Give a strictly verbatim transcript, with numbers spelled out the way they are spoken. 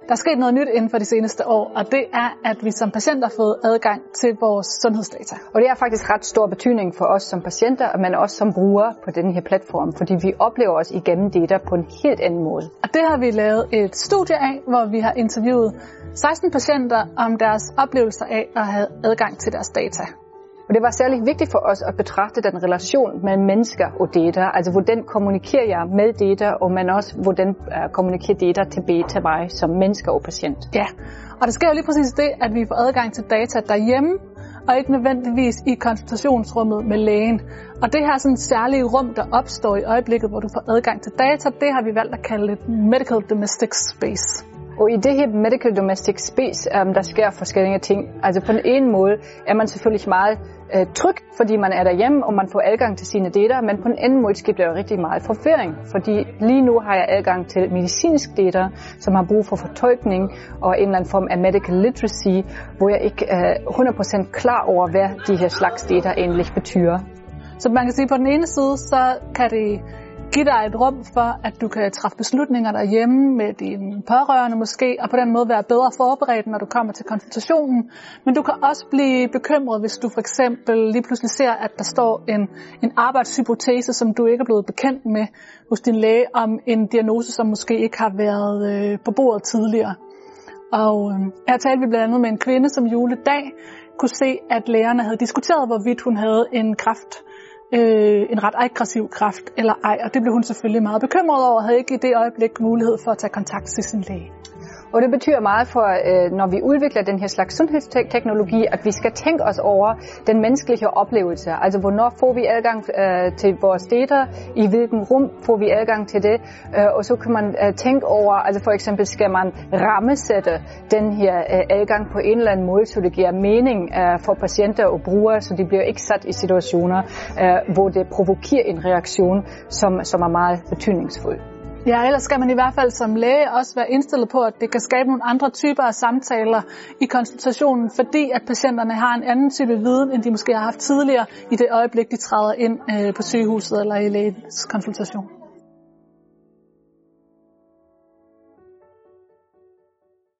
Der er sket noget nyt inden for de seneste år, og det er, at vi som patienter har fået adgang til vores sundhedsdata. Og det har faktisk ret stor betydning for os som patienter, men også som brugere på den her platform, fordi vi oplever os igennem data på en helt anden måde. Og det har vi lavet et studie af, hvor vi har interviewet seksten patienter om deres oplevelser af at have adgang til deres data. Og det var særlig vigtigt for os at betragte den relation mellem mennesker og data, altså hvordan kommunikerer jeg med data, og man også hvordan uh, kommunikerer data tilbage til mig som mennesker og patient. Ja, og der sker jo lige præcis det, at vi får adgang til data derhjemme, og ikke nødvendigvis i konsultationsrummet med lægen. Og det her sådan særlige rum, der opstår i øjeblikket, hvor du får adgang til data, det har vi valgt at kalde et Medical Domestic Space. Og i det her Medical Domestic Space, um, der sker forskellige ting. Altså på den ene måde er man selvfølgelig meget uh, tryg, fordi man er derhjemme, og man får adgang til sine data, men på den anden måde sker der rigtig meget forvirring, fordi lige nu har jeg adgang til medicinsk data, som har brug for fortolkning og en eller anden form af medical literacy, hvor jeg ikke er uh, hundrede procent klar over, hvad de her slags data egentlig betyder. Så man kan sige, at på den ene side, så kan det give dig et rum for, at du kan træffe beslutninger derhjemme med dine pårørende måske, og på den måde være bedre forberedt, når du kommer til konsultationen. Men du kan også blive bekymret, hvis du for eksempel lige pludselig ser, at der står en, en arbejdshypotese, som du ikke er blevet bekendt med hos din læge, om en diagnose, som måske ikke har været øh, på bordet tidligere. Og øh, her talte vi blandt andet med en kvinde, som juledag kunne se, at lægerne havde diskuteret, hvorvidt hun havde en kræft, Øh, en ret aggressiv kræft eller ej, og det blev hun selvfølgelig meget bekymret over, og havde ikke i det øjeblik mulighed for at tage kontakt til sin læge. Og det betyder meget for, når vi udvikler den her slags sundhedsteknologi, at vi skal tænke os over den menneskelige oplevelse. Altså, hvornår får vi adgang til vores data, i hvilken rum får vi adgang til det, og så kan man tænke over, altså for eksempel skal man rammesætte den her adgang på en eller anden måde, så det giver mening for patienter og brugere, så de bliver ikke sat i situationer, hvor det provokerer en reaktion, som, som er meget betydningsfuld. Ja, ellers skal man i hvert fald som læge også være indstillet på, at det kan skabe nogle andre typer af samtaler i konsultationen, fordi at patienterne har en anden type viden, end de måske har haft tidligere i det øjeblik, de træder ind på sygehuset eller i lægens konsultation.